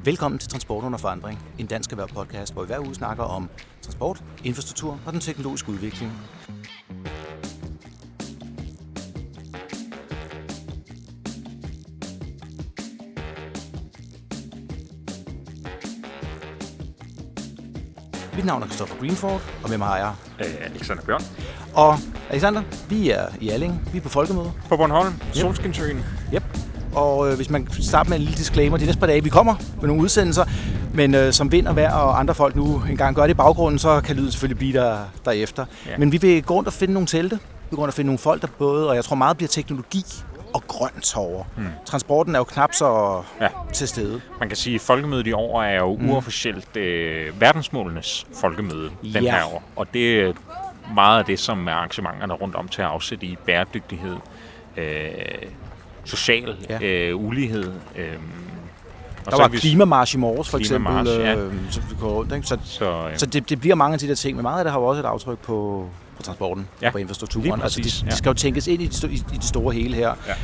Velkommen til Transport under forandring, en dansk erhvervspodcast, hvor vi hver uge snakker om transport, infrastruktur og den teknologiske udvikling. Mit navn er Christopher Greenford, og med mig har jeg Alexander Bjørn. Og Alexander, vi er i Alling, vi er på Folkemøde. På Bornholm, Solskinsøen. Yep. Og hvis man starter med en lille disclaimer, de næste par dage, vi kommer med nogle udsendelser, men som vind og vejr og andre folk nu engang gør det i baggrunden, så kan lyden selvfølgelig blive derefter. Ja. Men vi vil gå rundt og finde nogle telte, vi vil gå rundt og finde nogle folk, der både, og jeg tror meget bliver teknologi og grønt herovre. Transporten er jo knap så til stede. Man kan sige, at folkemødet i år er jo uofficielt verdensmålenes folkemøde den her år. Og det er meget af det, som arrangementerne rundt om til at afsætte i bæredygtighed, social ulighed. Og der var klimamarch i morges for eksempel, som vi går rundt, ikke? Så det bliver mange af de der ting, men meget af det har jo også et aftryk på transporten og på infrastrukturen. Altså, de skal jo tænkes ind i det store hele her. Ja.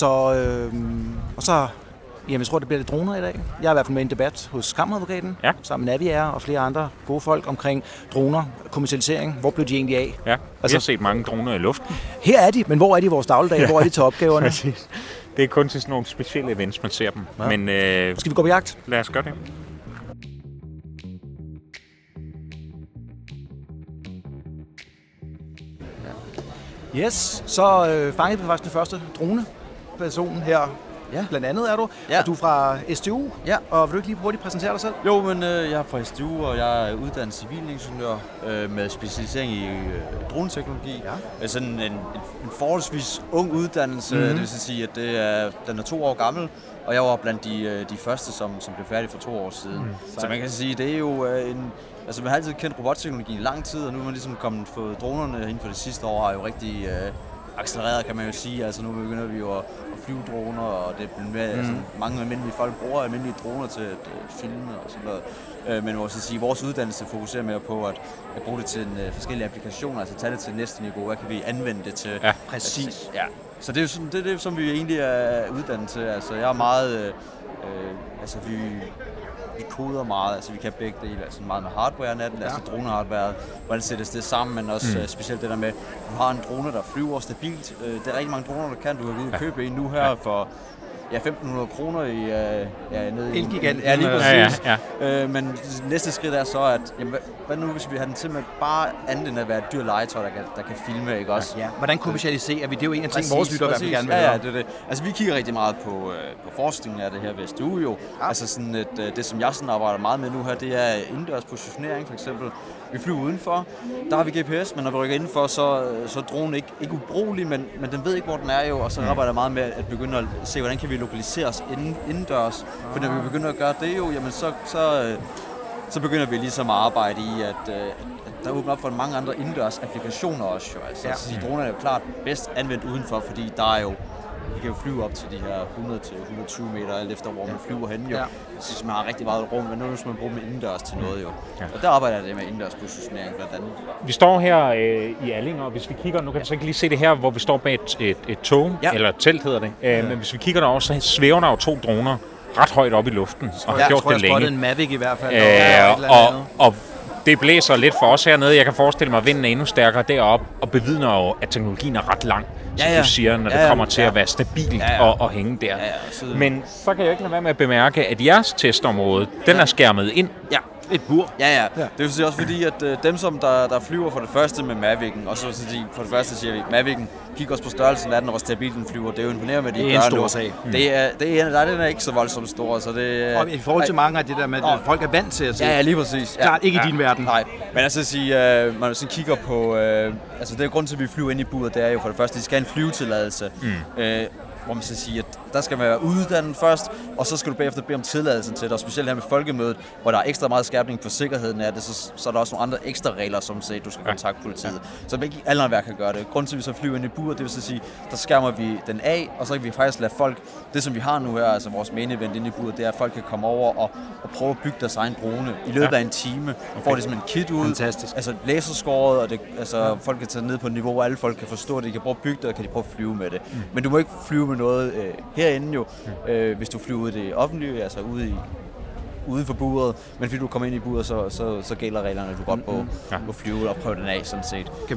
Så jeg tror, det bliver lidt droner i dag. Jeg er i hvert fald med i en debat hos Kammeradvokaten, sammen med Naviair og flere andre gode folk omkring droner, kommercialisering. Hvor blev de egentlig af? Ja, vi har set mange droner i luften. Her er de, men hvor er de i vores dagligdag? Hvor er de til opgaverne? Præcis. Det er kun til sådan nogle specielle events, man ser dem. Ja. Men, skal vi gå på jagt? Lad os gøre det. Yes, så fangede vi faktisk den første droneperson her. Ja. Blandt andet er du. Ja. Og du er fra SDU. Ja. Og vil du ikke lige hurtigt præsentere dig selv? Jo, men jeg er fra SDU, og jeg er uddannet civilingeniør med specialisering i droneteknologi. Ja. Sådan en forholdsvis ung uddannelse, det vil sige, at den er 2 år gammel, og jeg var blandt de første, som blev færdige for 2 år siden. Så man kan sige, det er jo altså man har altid kendt robotteknologi i lang tid, og nu er man ligesom fået dronerne inden for det sidste år, har jo rigtig accelereret, kan man jo sige. Altså nu begynder vi jo at flyve droner, og det er mere, altså, mange almindelige folk bruger almindelige droner til at filme og sådan noget. Men vores uddannelse fokuserer mere på at bruge det til forskellige applikationer, altså tage det til næste niveau. Hvad kan vi anvende det til? Ja, præcis. Ja. Så det er jo det, som vi egentlig er uddannet til. Altså jeg er meget, vi koder meget, altså vi kan begge dele, altså meget med hardware natten, altså dronehardware, hvordan sættes det sammen, men også specielt det der med, du har en drone, der flyver stabilt. Det er rigtig mange droner, der kan. Du kan gå ud og købe en nu her for 1.500 kroner i nede i Elgiganten. Ja, lige præcis. Ja. Men næste skridt er så, at jamen, hvad nu hvis vi har den til med bare andet end at være et dyr legetøj, der kan filme, ikke også? Ja. Hvordan kommercialiserer vi? Det er jo en af ting, vores lytter i hvert fald gerne vil høre. Ja, det er det. Altså vi kigger rigtig meget på forskningen af det her ved SDU jo. Ja. Altså sådan det som jeg sådan arbejder meget med nu her, det er indendørs positionering for eksempel. Vi flyver udenfor, der har vi GPS, men når vi rykker indenfor, så er dronen ikke ubrugelig, men den ved ikke, hvor den er jo, og så arbejder jeg meget med at begynde at se, hvordan kan vi lokalisere os indendørs. For når vi begynder at gøre det jo, jamen så begynder vi ligesom at arbejde i, at der åbner op for mange andre indendørs applikationer også jo. Altså, de droner er jo klart bedst anvendt udenfor, fordi der er jo vi kan jo flyve op til de her 100-120 meter, alt efter hvor man flyver hen jo. Jeg synes, man har rigtig meget rum, men nu skal man bruge dem indendørs til noget jo. Ja. Og der arbejder jeg med indendørs positionering blandt andet. Vi står her i Alling, og hvis vi kigger, nu kan vi så ikke lige se det her, hvor vi står bag et tog, eller et telt hedder det. Men hvis vi kigger derover, så svæver der jo 2 droner ret højt op i luften, og har gjort det længe. Jeg tror, en Mavic i hvert fald. Og det blæser lidt for os hernede. Jeg kan forestille mig, at vinden er endnu stærkere deroppe, og bevidner jo, at teknologien er ret lang, som du siger, når det kommer til at være stabilt og hænge der. Men så kan jeg ikke lade være med at bemærke, at jeres testområde, den er skærmet ind. Ja. Et bur. Ja. Det er også fordi, at dem, som der flyver for det første med Mavic'en, og så for det første siger vi, Mavic'en, kig også på størrelsen af den, og hvor stabilt den flyver. Det er jo imponerende, hvad de gør. Det er en stor sag. Den er ikke så voldsomt stor. Så det, og i forhold til mange af det der med, at folk er vant til at se. Ja, lige præcis. Klart ikke i din verden. Nej, men altså at sige, man sådan kigger på, altså det er grund til, at vi flyver ind i buret, det er jo for det første, de skal have en flyvetilladelse. Hvor man så siger, at der skal man være uddannet først, og så skal du bagefter bede om tilladelsen til det, og specielt her med folkemødet, hvor der er ekstra meget skærpning på sikkerheden af det, så er der også nogle andre ekstra regler, som siger, at du skal kontakte politiet. Så ikke alle hver kan gøre det. Grunden til, at vi så flyver ind i buret, det vil så sige, der skærmer vi den af, og så kan vi faktisk lade folk, det som vi har nu her, altså vores main event inde i buret, det er, at folk kan komme over og prøve at bygge deres egen drone i løbet af en time. Får det som en kit ud, fantastisk. Altså laserskåret, og det, altså, folk kan tage ned på et niveau, hvor alle folk kan forstå det, de kan prøve at bygge det, og kan de prøve at flyve med det. Men du må ikke flyve med noget herinde jo, hvis du flyver ud i det offentlige, altså ude i uden for buret, men fordi du kommer ind i buret, så gælder reglerne, at du godt på flyve og prøve den af, sådan set. Kan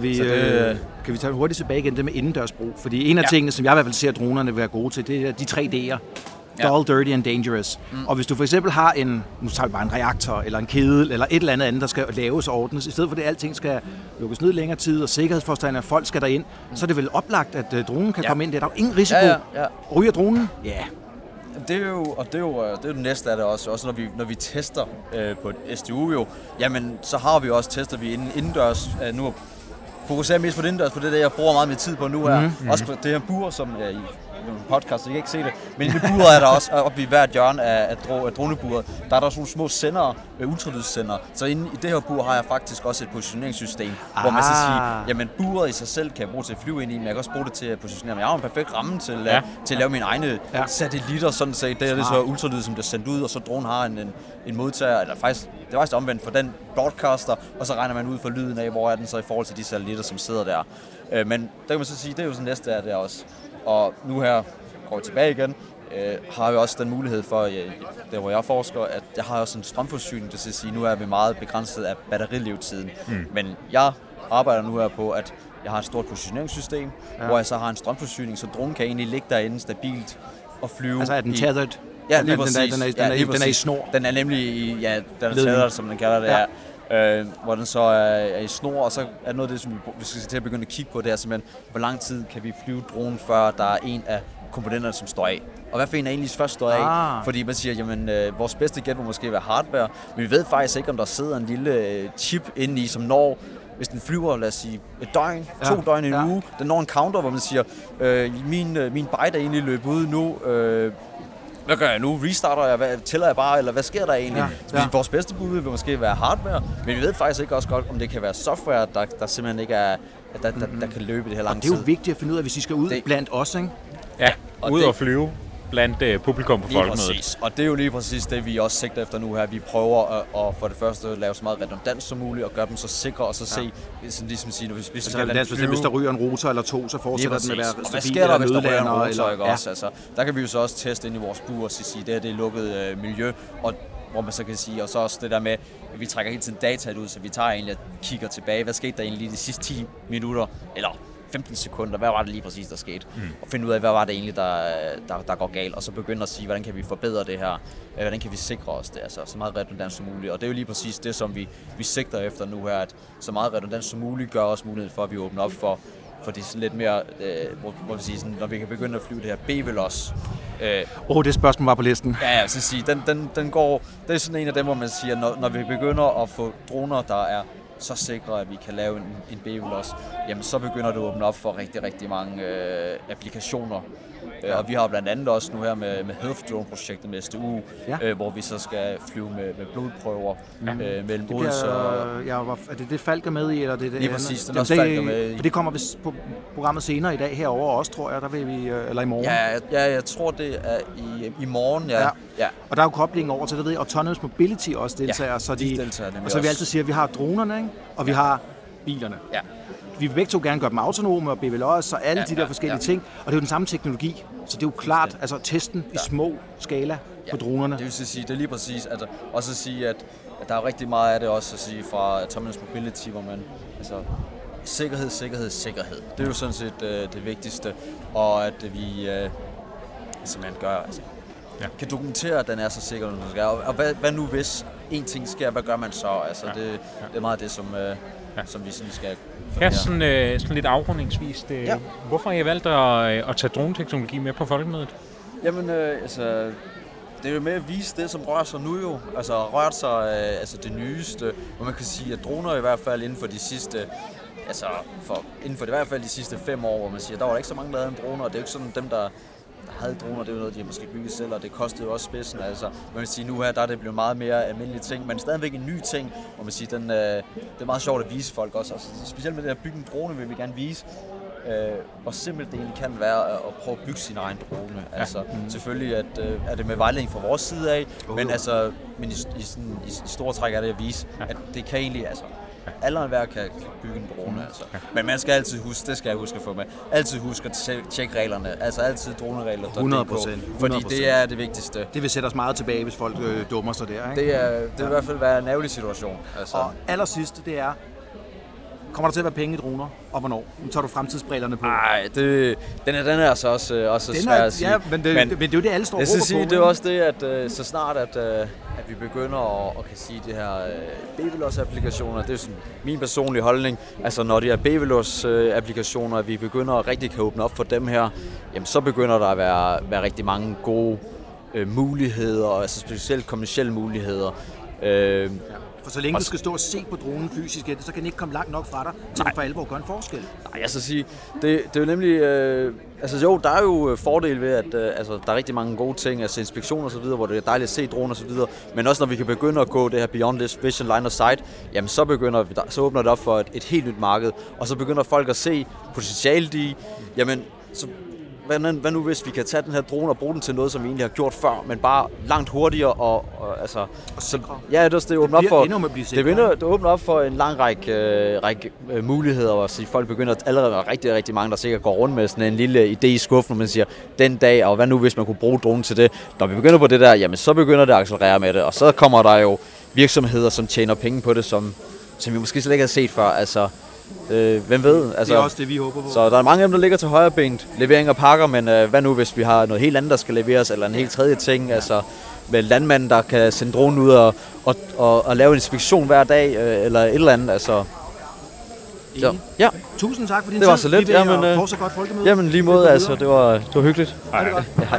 vi tage hurtigt tilbage igen, det med indendørsbrug? Fordi en af tingene, som jeg i hvert fald ser dronerne være gode til, det er de 3 D'er. Dull, dirty and dangerous. Og hvis du for eksempel har nu tager vi bare en reaktor, eller en kedel, eller et eller andet, der skal laves og ordnes, i stedet for det, alting skal lukkes ned længere tid, og sikkerhedsforstand, at folk skal derind, så er det vel oplagt, at dronen kan komme ind. Der er jo ingen risiko. Ryger dronen? Ja. Det er jo det næste af det også når vi tester på et SDU jo, jamen så har vi også testet vi indendørs nu fokuserer mest på det indendørs, for det er det, jeg bruger meget mere tid på nu her. Også på det her bur, som er i podcast, så jeg kan ikke se det. Men i buret er der også, oppe i hvert hjørne af droneburet, der er der sådan nogle små sendere, ultralydssendere. Så inde i det her bur har jeg faktisk også et positioneringssystem, hvor man skal sige, jamen buret i sig selv kan jeg bruge til at flyve ind i, men jeg kan også bruge det til at positionere mig. Jeg har en perfekt ramme til at lave mine egne satellitter, sådan set. Det er det så ultralyd, som bliver sendt ud, og så dronen har en modtager, eller faktisk, det er faktisk omvendt for den broadcaster, og så regner man ud for lyden af, hvor er den så i forhold til de satellitter, som sidder der. Men der kan man så sige, det er jo sådan næste af det også. Og nu her går jeg tilbage igen, har jeg også den mulighed for, der hvor jeg forsker, at jeg har også en strømforsyning, det vil sige, nu er vi meget begrænset af batterilevetiden. Men jeg arbejder nu her på, at jeg har et stort positioneringssystem, hvor jeg så har en strømforsyning, så dronen kan egentlig ligge derinde stabilt og flyve. Altså er den tethered? Ja, lige præcis. Den er i snor? Den er nemlig den er tethered, som den kalder det her. Hvor den så er i snor, og så er noget af det, som vi skal til at begynde at kigge på, det er simpelthen, hvor lang tid kan vi flyve dronen, før der er en af komponenterne, som står af. Og hvad for en er egentlig først står af? Fordi man siger, jamen vores bedste gæt må måske være hardware, men vi ved faktisk ikke, om der sidder en lille chip inde i, som når, hvis den flyver, lad os sige, et døgn, 2 døgn i en uge, den når en counter, hvor man siger, min byte er egentlig løbet ud nu, hvad gør jeg nu? Restarter jeg? Tæller jeg bare? Eller hvad sker der egentlig? Vores bedste bud vil måske være hardware, men vi ved faktisk ikke også godt, om det kan være software, der simpelthen ikke er, der kan løbe det her lang tid. Og det er jo vigtigt at finde ud af, hvis I skal ud blandt os, ikke? Ja, ud og flyve blandt publikum på folkemødet. Og det er jo lige præcis det, vi også sigter efter nu her. Vi prøver at for det første lave så meget redundans som muligt, og gøre dem så sikre, og så se, ligesom sige, hvis vi skal lade flyve. Hvis der ryger en rotor eller 2, så fortsætter den med at være stabil. Hvad sker der, hvis der ryger en rotor, ikke også? Altså, der kan vi jo så også teste ind i vores bur og sige, det er lukket miljø, og hvor man så kan sige, og så også det der med, at vi trækker hele tiden data ud, så vi tager egentlig og kigger tilbage, hvad skete der egentlig lige de sidste 10 minutter, eller 15 sekunder, hvad var det lige præcis, der skete? Og finde ud af, hvad var det egentlig, der går galt, og så begynde at sige, hvordan kan vi forbedre det her? Hvordan kan vi sikre os det? Altså, så meget redundans som muligt. Og det er jo lige præcis det, som vi sigter efter nu her, at så meget redundans som muligt gør også mulighed for, at vi åbner op for det sådan lidt mere, hvor vi siger, sådan, når vi kan begynde at flyve det her BVLOS. Det spørgsmål var på listen. Ja, så sige, den går, det er sådan en af dem, hvor man siger, når vi begynder at få droner, der er så sikre, at vi kan lave en BVLOS, jamen så begynder det at åbne op for rigtig, rigtig mange applikationer. Og vi har blandt andet også nu her med Health Drone-projektet med SDU, hvor vi så skal flyve med blodprøver mellem Odense og... Er det Falk er med i, eller det lige præcis, det er også Falk er med i. For det kommer vist på programmet senere i dag herover også, tror jeg, der vil vi, eller i morgen. Ja, jeg tror det er i morgen, ja. Og der er jo koblingen over til, det ved jeg, Autonomous Mobility også deltager, så de deltager og så vi altid siger, at vi har dronerne, ikke? Og vi har bilerne. Ja. Vi vil begge to gerne gøre dem autonome og BVLOS og alle de der forskellige ting, og det er jo den samme teknologi, så det er jo klart, altså testen i små skala på dronerne. Det vil sige, det er lige præcis, at også sige, at der er rigtig meget af det også at sige fra Autonomous Mobility, hvor man, altså sikkerhed. Det er jo sådan set det vigtigste, og at vi simpelthen gør, altså, kan dokumentere, at den er så sikker, som den skal. Og hvad nu hvis en ting sker, hvad gør man så? Altså, det er meget det, som vi sådan skal... Her sådan lidt afrundingsvist. Hvorfor har I valgt at tage droneteknologi med på folkemødet? Jamen, det er jo med at vise det, som rører sig nu jo. Altså, rørt sig det nyeste, hvor man kan sige, at droner i hvert fald inden for de sidste... inden for i hvert fald de sidste 5 år, hvor man siger, der var ikke så mange, der havde en droner, og det er jo ikke sådan dem, der havde droner, det er jo noget, de har måske bygget selv, og det kostede jo også spidsen. Altså, man vil sige, nu her, der er det blevet meget mere almindelige ting, men stadigvæk en ny ting, hvor man siger, det er meget sjovt at vise folk også. Altså, specielt med det at bygge en drone, vil vi gerne vise, hvor simpelt det egentlig kan være at prøve at bygge sin egen drone. Altså, selvfølgelig er det med vejledning fra vores side af, men i store træk er det at vise, at det kan egentlig, altså, Alle og enhver kan bygge en drone, altså. Men man skal altid huske, det skal jeg huske at få med, altid huske at tjekke reglerne, altså altid droneregler. 100%. Fordi det er det vigtigste. Det vil sætte os meget tilbage, hvis folk dummer sig der, ikke? Det vil i hvert fald være en ærgerlig situation. Altså. Og allersidste, det er, kommer der til at være penge i droner, og hvornår? Nu tager du fremtidsbrillerne på. Nej, den er altså også svær at sige. Ja, men det er jo det, alle står og råber på. Det er også det, at så snart, at vi begynder at kan sige, de her BVLOS-applikationer, det er sådan min personlige holdning. Altså, når de her BVLOS-applikationer, at vi begynder at rigtig kan åbne op for dem her, jamen, så begynder der at være rigtig mange gode muligheder, altså specielt kommercielle muligheder. For så længe du skal stå og se på dronen fysisk, så kan den ikke komme langt nok fra dig, til for alvor gør en forskel. Nej, jeg skal sige, det er jo nemlig... altså jo, der er jo fordele ved, at der er rigtig mange gode ting, altså inspektioner og så videre, hvor det er dejligt at se droner og så videre, men også når vi kan begynde at gå det her beyond this vision line of sight, jamen så åbner det op for et helt nyt marked, og så begynder folk at se potentialet i, jamen, så hvad nu hvis vi kan tage den her drone og bruge den til noget, som vi egentlig har gjort før, men bare langt hurtigere og sikre. Ja, det åbner op for. Det åbner op for en lang række muligheder, og så folk begynder allerede rigtig mange, der sikkert går rundt med sådan en lille idé i skuffen, når man siger den dag, og hvad nu hvis man kunne bruge dronen til det. Når vi begynder på det der, jamen så begynder det at accelerere med det, og så kommer der jo virksomheder, som tjener penge på det, som vi måske slet ikke har set før. Altså hvem ved? Altså, det er også det, vi håber på. Så der er mange af dem, der ligger til højre benet, levering af pakker, men hvad nu, hvis vi har noget helt andet, der skal leveres, eller en helt tredje ting, altså med landmanden, der kan sende dronen ud og lave en inspektion hver dag, eller et eller andet, altså. Så, ja. Tusind tak for din tid. Det var så lidt. Jamen, fortsat godt folkemøde. Jamen lige måde, altså, det var hyggeligt. Hej. Det godt. Ja, hej.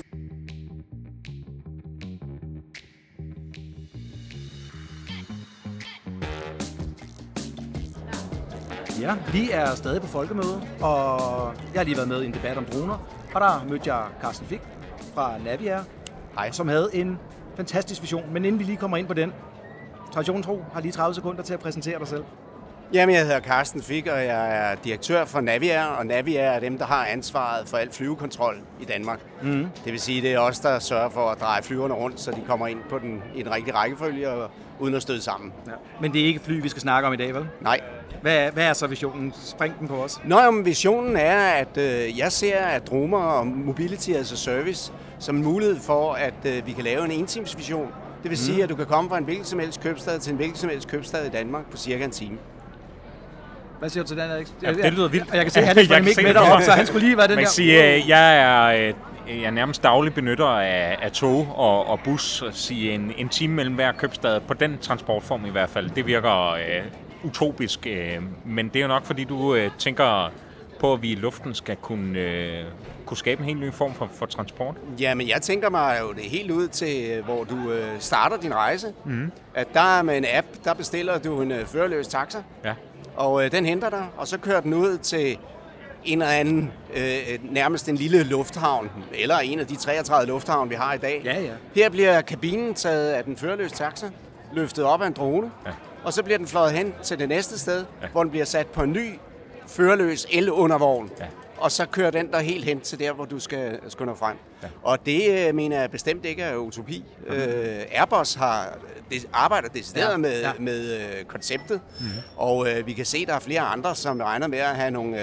Ja, vi er stadig på folkemøde, og jeg har lige været med i en debat om droner, og der mødte jeg Carsten Fich fra Naviair, som havde en fantastisk vision. Men inden vi lige kommer ind på den, traditionen tro, har lige 30 sekunder til at præsentere dig selv. Jamen, jeg hedder Carsten Fich, og jeg er direktør for Naviair, og Naviair er dem, der har ansvaret for al flyvekontrol i Danmark. Mm. Det vil sige, det er os, der sørger for at dreje flyverne rundt, så de kommer ind på i den rigtige rækkefølge, og uden at støde sammen. Ja. Men det er ikke fly, vi skal snakke om i dag, vel? Nej. Hvad er så visionen? Spring den på os. Men visionen er, at jeg ser, at droner og mobility as a service som en mulighed for, at vi kan lave en entimesvision. Det vil sige, at du kan komme fra en hvilken som helst købstad til en hvilken som helst købstad i Danmark på cirka en time. Hvad siger du til den, Alex? Ja, det lyder vildt. Jeg kan se, at han er ikke med derop, så han skulle lige være den der. Sige, jeg er nærmest daglig benytter af tog og bus, sige en time mellem hver købstad, på den transportform i hvert fald. Det virker utopisk, men det er jo nok, fordi du tænker på, at vi i luften skal kunne skabe en helt ny form for transport. Ja, men jeg tænker mig jo det helt ud til, hvor du starter din rejse. Mm. At der med en app, der bestiller du en førerløs taxa. Ja. Og den henter dig, og så kører den ud til en eller anden, nærmest en lille lufthavn, eller en af de 33 lufthavne, vi har i dag. Ja, ja. Her bliver kabinen taget af den førerløse taxa, løftet op af en drone, og så bliver den fløjet hen til det næste sted, hvor den bliver sat på en ny førerløs el-undervogn. Ja. Og så kører den der helt hen til der, hvor du skal nå frem. Ja. Og det mener jeg bestemt ikke er utopi. Airbus arbejder decideret med konceptet, og vi kan se, at der er flere andre, som regner med at have nogle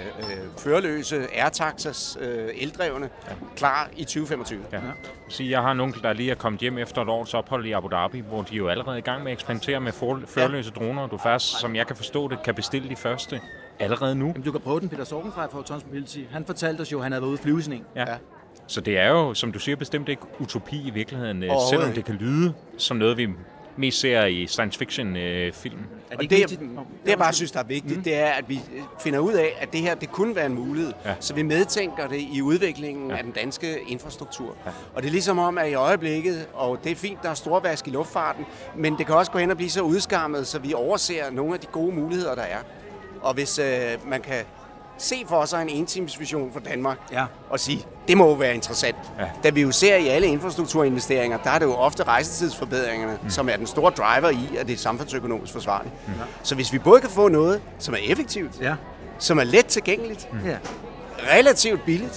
førerløse airtaxas, eldrevne, klar i 2025. Ja. Så jeg har nogen, der lige er kommet hjem efter et års ophold i Abu Dhabi, hvor de jo allerede er i gang med at eksperimentere med førerløse droner. Du faktisk, som jeg kan forstå det, kan bestille de første allerede nu. Jamen, du kan prøve den. Peter Sorgenfrey fra Autonomous Mobility. Han fortalte os jo, at han havde været ude at flyve sådan en. Ja. Så det er jo, som du siger, bestemt ikke utopi i virkeligheden, selvom det kan lyde som noget, vi mest ser i science fiction-film. Det jeg bare synes, der er vigtigt, det er, at vi finder ud af, at det her det kunne være en mulighed. Ja. Så vi medtænker det i udviklingen af den danske infrastruktur. Ja. Og det er ligesom om, at i øjeblikket, og det er fint, der er storvask i luftfarten, men det kan også gå hen og blive så udskammet, så vi overser nogle af de gode muligheder, der er. Og hvis man kan se for sig en entimesvision for Danmark, og sige, det må jo være interessant. Ja. Da vi jo ser i alle infrastrukturinvesteringer, der er det jo ofte rejsetidsforbedringerne, som er den store driver i, at det er samfundsøkonomisk forsvarligt. Så hvis vi både kan få noget, som er effektivt, som er let tilgængeligt, relativt billigt,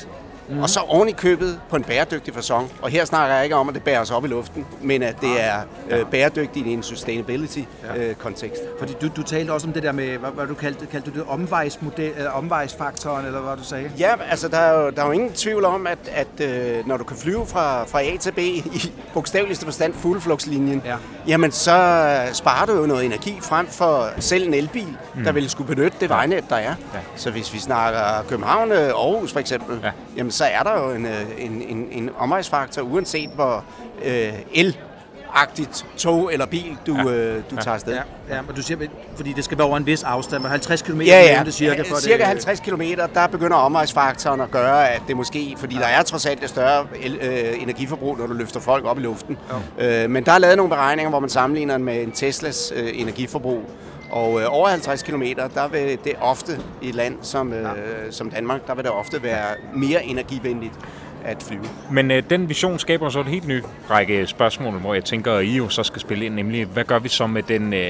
og så oven i købet på en bæredygtig facon. Og her snakker jeg ikke om, at det bærer os op i luften, men at det er bæredygtigt i en sustainability-kontekst. Fordi du talte også om det der med, hvad du kaldte du det, omvejsfaktoren, eller hvad du sagde? Ja, altså der er jo ingen tvivl om, at når du kan flyve fra A til B i bogstaveligste forstand fugleflugtslinjen, jamen så sparer du jo noget energi frem for selv en elbil, der vil skulle benytte det vejnet, der er. Ja. Så hvis vi snakker København og Aarhus for eksempel, jamen så er der jo en omvejsfaktor, uanset hvor el-agtigt tog eller bil, du tager afsted. Ja, men du siger, fordi det skal være over en vis afstand, 50 km cirka. Cirka 50 km, der begynder omvejsfaktoren at gøre, at det måske, fordi der er trods alt et større energiforbrug, når du løfter folk op i luften. Men der er lavet nogle beregninger, hvor man sammenligner med en Teslas energiforbrug. Og over 50 km, der vil det ofte i et land som Danmark, der vil det ofte være mere energivenligt at flyve. Men den vision skaber så et helt nyt række spørgsmål, hvor jeg tænker, at I jo så skal spille ind, nemlig hvad gør vi så med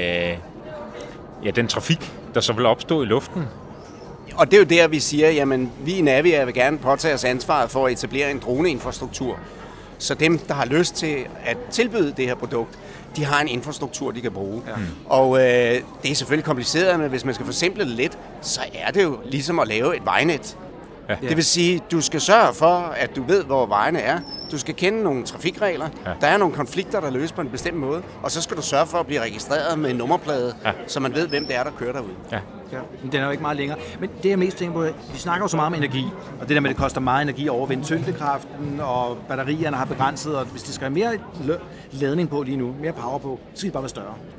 den trafik, der så vil opstå i luften? Og det er jo der, vi siger, jamen vi i Navia vil gerne påtage os ansvaret for at etablere en droneinfrastruktur. Så dem, der har lyst til at tilbyde det her produkt, de har en infrastruktur, de kan bruge. Ja. Og det er selvfølgelig kompliceret, men hvis man skal forsimple det lidt, så er det jo ligesom at lave et vejnet. Ja. Det vil sige, du skal sørge for, at du ved, hvor vejene er. Du skal kende nogle trafikregler. Ja. Der er nogle konflikter, der løses på en bestemt måde. Og så skal du sørge for at blive registreret med en nummerplade, så man ved, hvem det er, der kører derude. Ja. Ja. Men den er jo ikke meget længere. Men det jeg mest tænker på, vi snakker jo så meget om energi. Og det der med, at det koster meget energi at overvinde tyngdekraften, og batterierne har begrænset. Og hvis det skal have mere ladning på lige nu, mere power på, så skal det bare være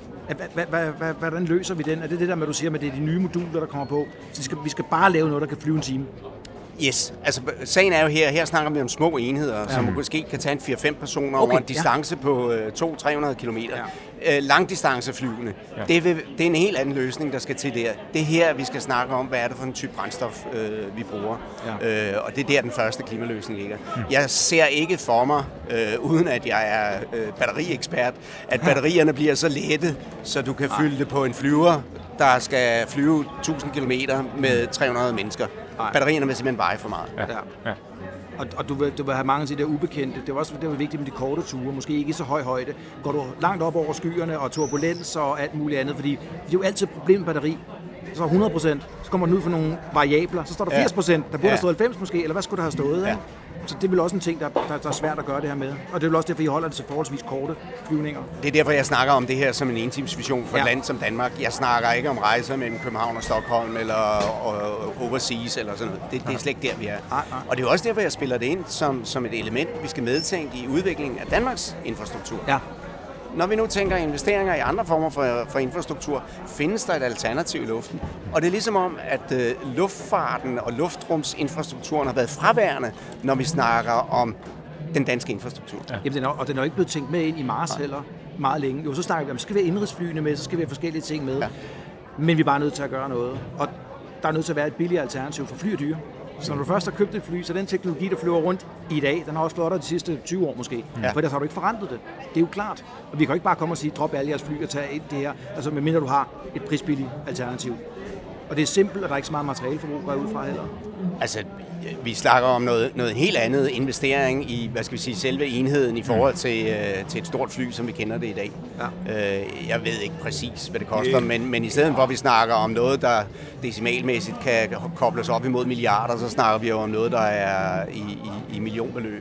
større. Hvordan løser vi den? Er det det der med, du siger, at det er de nye moduler, der kommer på? Så vi skal bare lave noget, der kan flyve en time? Yes, altså sagen er jo her snakker vi om små enheder, som måske kan tage en 4-5 personer over en distance på 200-300 km. Langdistanceflyvende, det er en helt anden løsning, der skal til der. Det er her, vi skal snakke om, hvad er det for en type brændstof, vi bruger. Og det er der, den første klimaløsning ligger. Jeg ser ikke for mig, uden at jeg er batteriekspert, at batterierne bliver så lette, så du kan fylde det på en flyver, der skal flyve 1000 km med 300 mennesker. Batterierne vil simpelthen veje for meget. Ja. Og du vil have mange af de der ubekendte. Det er vigtigt med de korte ture, måske ikke i så høj højde. Går du langt op over skyerne og turbulens og alt muligt andet, fordi det er jo altid et problem med batteri. Så 100%, så kommer den ud for nogle variabler, så står der 80%, der burde have stået 90 måske, eller hvad skulle der have stået? Ja. Så det er vel også en ting, der er svært at gøre det her med. Og det er vel også derfor, I holder det til forholdsvis korte flyvninger. Det er derfor, jeg snakker om det her som en entimesvision for et land som Danmark. Jeg snakker ikke om rejser mellem København og Stockholm eller overseas eller sådan noget. Det er slet ikke der, vi er. Og det er også derfor, jeg spiller det ind som et element, vi skal medtænke i udviklingen af Danmarks infrastruktur. Ja. Når vi nu tænker investeringer i andre former for infrastruktur, findes der et alternativ i luften. Og det er ligesom om, at luftfarten og luftrumsinfrastrukturen har været fraværende, når vi snakker om den danske infrastruktur. Ja. Jamen, den er jo ikke blevet tænkt med ind i Mars heller meget længe. Jo, så snakker vi om, så skal vi have indrigsflyene med, så skal vi have forskellige ting med. Ja. Men vi er bare nødt til at gøre noget. Og der er nødt til at være et billigere alternativ, for fly er dyre. Så når du først har købt et fly, så den teknologi, der flyver rundt i dag, den har også flottere de sidste 20 år måske. Ja. For ellers har du ikke forrentet det. Det er jo klart. Og vi kan jo ikke bare komme og sige, drop alle jeres fly og tage det her. Altså medmindre du har et prisbilligt alternativ. Og det er simpelt, og der er ikke så meget materialeforbrug der ud fra heller. Altså, vi snakker om noget helt andet investering i, hvad skal vi sige, selve enheden i forhold til et stort fly, som vi kender det i dag. Ja. Jeg ved ikke præcis, hvad det koster, men i stedet for, at vi snakker om noget, der decimalmæssigt kan kobles op imod milliarder, så snakker vi jo om noget, der er i millionbeløb,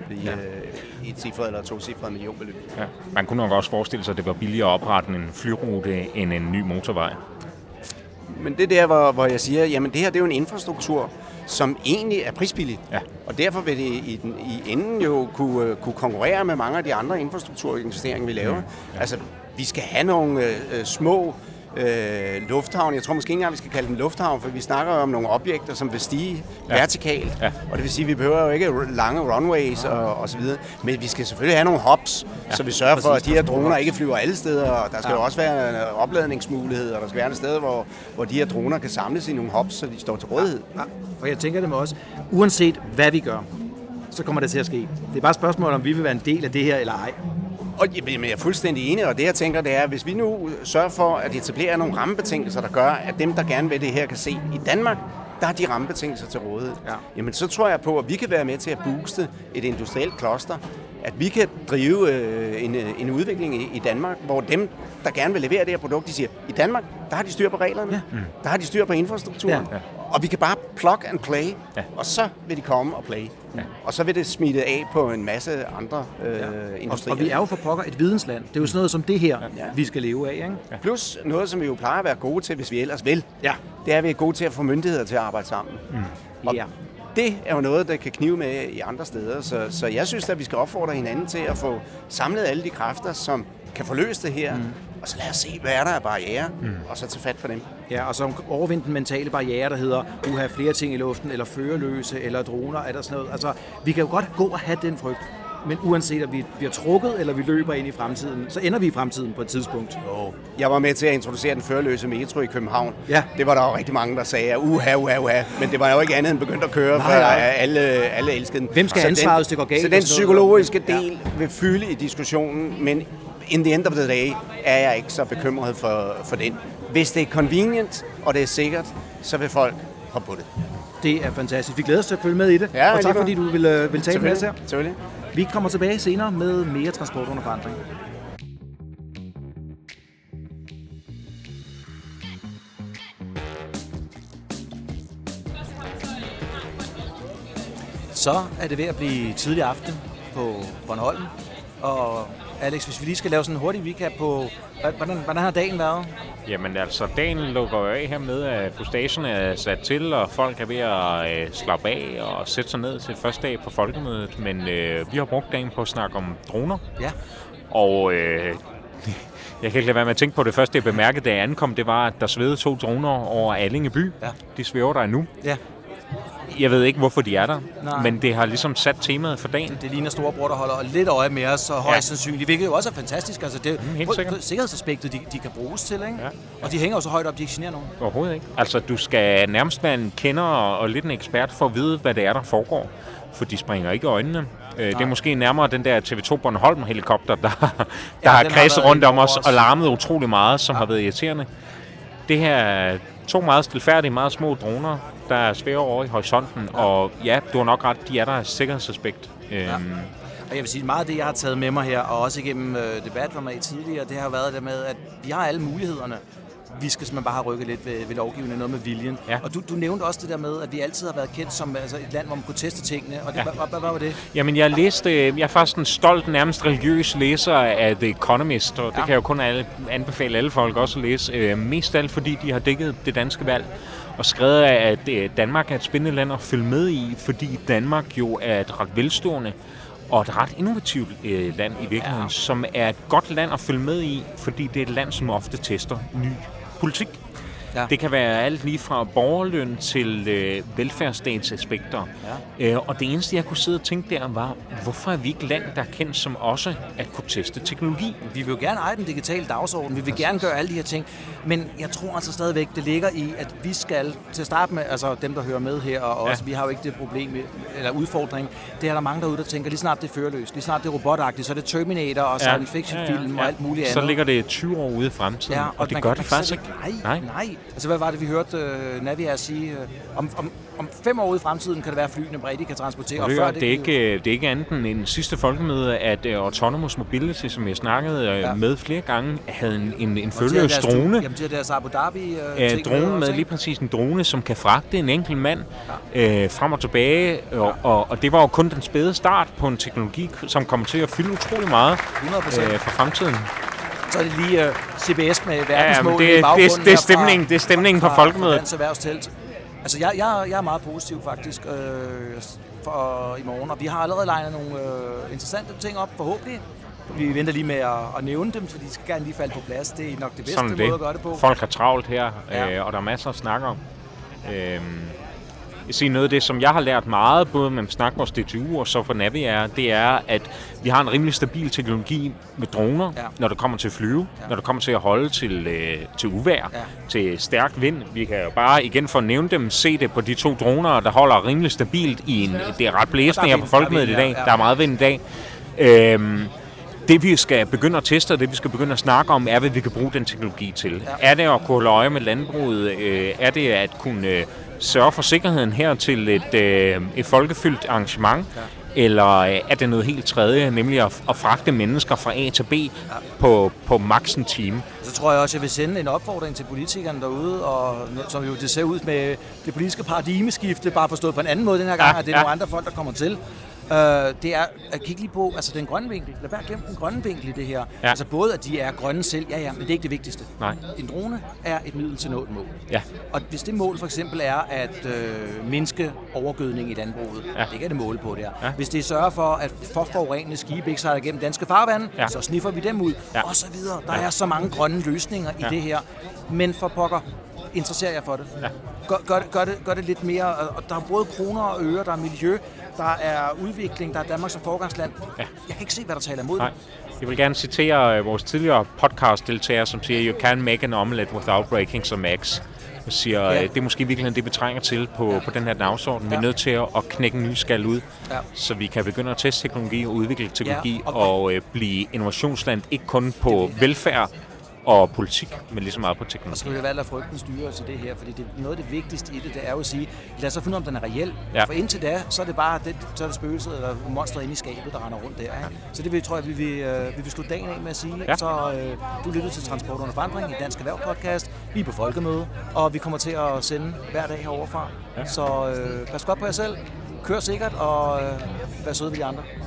i et cifret eller tocifret millionbeløb. Ja. Man kunne nok også forestille sig, at det var billigere at oprette en flyrute end en ny motorvej. Men det er der, hvor jeg siger, jamen det her det er jo en infrastruktur, som egentlig er prisbillig. Ja. Og derfor vil det i enden jo kunne konkurrere med mange af de andre infrastrukturinvesteringer, vi laver. Ja. Altså, vi skal have nogle små lufthavn. Jeg tror måske ikke engang, vi skal kalde dem lufthavn, for vi snakker om nogle objekter, som vil stige vertikalt. Ja. Og det vil sige, at vi behøver jo ikke lange runways og så videre. Men vi skal selvfølgelig have nogle hubs, så vi sørger for, at de her droner ikke flyver alle steder. Og der skal jo også være opladningsmuligheder, og der skal være et sted, hvor de her droner kan samles i nogle hubs, så de står til rådighed. Ja. Og jeg tænker det med også, uanset hvad vi gør, så kommer det til at ske. Det er bare et spørgsmål, om vi vil være en del af det her eller ej. Og jeg er fuldstændig enig, og det jeg tænker, det er, at hvis vi nu sørger for at etablere nogle rammebetingelser, der gør, at dem, der gerne vil det her, kan se i Danmark, der har de rammebetingelser til rådighed. Ja. Jamen, så tror jeg på, at vi kan være med til at booste et industrielt cluster, at vi kan drive en udvikling i Danmark, hvor dem, der gerne vil levere det her produkt, de siger, i Danmark, der har de styr på reglerne, der har de styr på infrastrukturen, og vi kan bare plug and play, og så vil de komme og play. Ja. Og så vil det smide af på en masse andre industrier. Og vi er jo for pokker et vidensland. Det er jo sådan noget som det her, vi skal leve af. Ikke? Ja. Plus noget, som vi jo plejer at være gode til, hvis vi ellers vil. Ja. Det er, at vi er gode til at få myndigheder til at arbejde sammen. Og det er jo noget, der kan knive med i andre steder. Så jeg synes, at vi skal opfordre hinanden til at få samlet alle de kræfter, som kan forløse det her. Og så lad os se, hvad er der af barrierer, og så tage fat for dem. Ja, og så overvinde den mentale barriere, der hedder, have flere ting i luften, eller førerløse, eller droner, eller sådan noget. Altså, vi kan jo godt gå og have den frygt. Men uanset om vi bliver trukket, eller vi løber ind i fremtiden, så ender vi i fremtiden på et tidspunkt. Jeg var med til at introducere den førerløse metro i København. Ja. Det var der jo rigtig mange, der sagde, uha. Men det var jo ikke andet end begyndt at køre, for alle elskede den. Hvem skal have ansvaret, hvis det går galt? Så den psykologiske del vil fylde i diskussionen, men in the end of the day er jeg ikke så bekymret for den. Hvis det er convenient, og det er sikkert, så vil folk hoppe på det. Det er fantastisk. Vi glæder os til at følge med i det. Ja, og tak fordi du vil tale med os her. Selvfølgelig. Vi kommer tilbage senere med mere transport under forandring. Så er det ved at blive tidlig aften på Bornholm. Og Alex, hvis vi lige skal lave sådan en hurtig recap på, hvordan har dagen været? Jamen altså, dagen lukker jo af her med, at fustagen er sat til, og folk er ved at slappe af og sætte sig ned til første dag på folkemødet. Men vi har brugt dagen på at snakke om droner. Ja. Og jeg kan ikke lade være med at tænke på det første, jeg bemærkede, da jeg ankom, det var, at der svedede 2 droner over Allinge by. Ja. De svæver der nu. Ja. Jeg ved ikke, hvorfor de er der, men det har ligesom sat temaet for dagen. Det ligner storebror, der holder lidt øje med os, og højst sandsynligt. Hvilket jo også er fantastisk. Altså, det er sikkerhedsaspektet, de kan bruges til, ikke? Ja. Og de hænger jo så højt op, de ikke generer nogen. Overhovedet ikke. Altså, du skal nærmest være en kender og lidt en ekspert for at vide, hvad det er, der foregår. For de springer ikke i øjnene. Det er måske nærmere den der TV2 Bornholm-helikopter, der har kredset rundt om os og larmet utrolig meget, som har været irriterende. Det her er 2 meget stilfærdige, meget små droner, der svæver over i horisonten, og ja, du har nok ret, de er der af sikkerhedsaspekt. Og jeg vil sige, meget af det, jeg har taget med mig her, og også igennem debatter med tidligere, det har været det med, at vi har alle mulighederne. Vi skal simpelthen bare have rykket lidt ved lovgivningen, noget med viljen. Ja. Og du nævnte også det der med, at vi altid har været kendt som et land, hvor man kunne teste tingene. Og det, hvad var det? Jamen, jeg er faktisk en stolt, nærmest religiøs læser af The Economist, og det kan jeg jo kun anbefale alle folk også at læse. Mest alt, fordi de har dækket det danske valg og skrevet, at Danmark er et spændende land at følge med i, fordi Danmark jo er et ret velstående og et ret innovativt land i virkeligheden, som er et godt land at følge med i, fordi det er et land, som ofte tester ny politik. Ja. Det kan være alt lige fra borgerløn til velfærdsstatsaspekter. Ja. Og det eneste, jeg kunne sidde og tænke der, var, hvorfor er vi ikke land, der er kendt som også at kunne teste teknologi? Vi vil jo gerne eje den digitale dagsorden. Vi vil gerne gøre alle de her ting. Men jeg tror altså stadigvæk, det ligger i, at vi skal til at starte med, altså dem, der hører med her, og også, vi har jo ikke det problem eller udfordring. Det er der mange derude, der tænker, lige snart det er førerløst, lige snart det er robotagtigt, så er det Terminator og science fiction film og alt muligt andet. Så ligger det 20 år ude i fremtiden, og det gør det faktisk ikke. Nej. Altså, hvad var det, vi hørte Naviair sige? Om 5 år ude i fremtiden kan det være, flyene bredt kan transportere. Det er ikke andet end en sidste folkemøde, at Autonomous Mobility, som jeg snakkede med flere gange, havde en førerløs drone. Jamen, det er deres Abu Dhabi drone med lige præcis en drone, som kan fragte en enkelt mand frem og tilbage. Og det var jo kun den spæde start på en teknologi, som kommer til at fylde utrolig meget for fremtiden. Så er det lige CBS med verdensmål i baggrunden. Det er stemningen på folkemødet. Altså, jeg er meget positiv faktisk for i morgen, og vi har allerede legnet nogle interessante ting op, forhåbentlig. Vi venter lige med at nævne dem, for de skal gerne lige falde på plads. Det er nok det bedste måde at gøre det på. Folk har travlt her, og der er masser at snakke om. Jeg siger noget af det, som jeg har lært meget, både med snak vores DTU og så for Naviair, det er, at vi har en rimelig stabil teknologi med droner, når det kommer til at flyve, når det kommer til at holde til uvejr, til stærk vind. Vi kan jo bare, igen for at nævne dem, se det på de 2 droner, der holder rimelig stabilt i det er ret blæsende her på folkemødet i dag. Der er meget vind i dag. Det vi skal begynde at teste, og det vi skal begynde at snakke om, er, hvad vi kan bruge den teknologi til. Ja. Er det at kunne holde øje med landbruget? Er det at kunne sørge for sikkerheden her til et folkefyldt arrangement, eller er det noget helt tredje, nemlig at fragte mennesker fra A til B på maks en time? Så tror jeg også, at jeg vil sende en opfordring til politikerne derude, og som jo det ser ud med det politiske paradigmeskifte, bare forstået på en anden måde den her gang, at det er nogle andre folk, der kommer til. Det er at kigge lige på den grønne vinkel. Lad være glemme den grønne vinkel i det her. Ja. Altså både, at de er grønne selv, men det er ikke det vigtigste. Nej. En drone er et middel til at nå et mål. Ja. Og hvis det mål for eksempel er at mindske overgødning i landbruget, det kan det måle på der. Ja. Hvis det sørger for, at forurenende skibe ikke sejler gennem danske farvande, så sniffer vi dem ud, og så videre. Der er så mange grønne løsninger i det her. Men for pokker, interesserer jeg for det. Ja. Gør det lidt mere. Og der er både kroner og øre, der er miljø, der er udvikling, der er Danmark som foregangsland. Ja. Jeg kan ikke se, hvad der taler imod det. Jeg vil gerne citere vores tidligere podcast-deltager, som siger, you can make an omelette without breaking some eggs. Jeg siger, det er måske virkelig det, vi trænger til på den her dagsorden. Vi er nødt til at knække en ny skal ud, så vi kan begynde at teste teknologi og udvikle teknologi og blive innovationsland, ikke kun på velfærd og politik, men lige så meget på teknologi. Og så skal vi valge at frygten styre til det her, fordi det, noget af det vigtigste i det er jo at sige, lad os så finde om den er reel. Ja. For indtil da, så er det bare så er det spøgelset eller monstret inde i skabet, der render rundt der. Ja. Så det tror jeg, vi vil slutte dagen af med at sige. Ja. Så du lytter til Transport under forandring i Dansk Erhverv podcast. Vi er på folkemøde, og vi kommer til at sende hver dag heroverfra. Ja. Så pas godt på jer selv, kør sikkert, og vær søde ved de andre.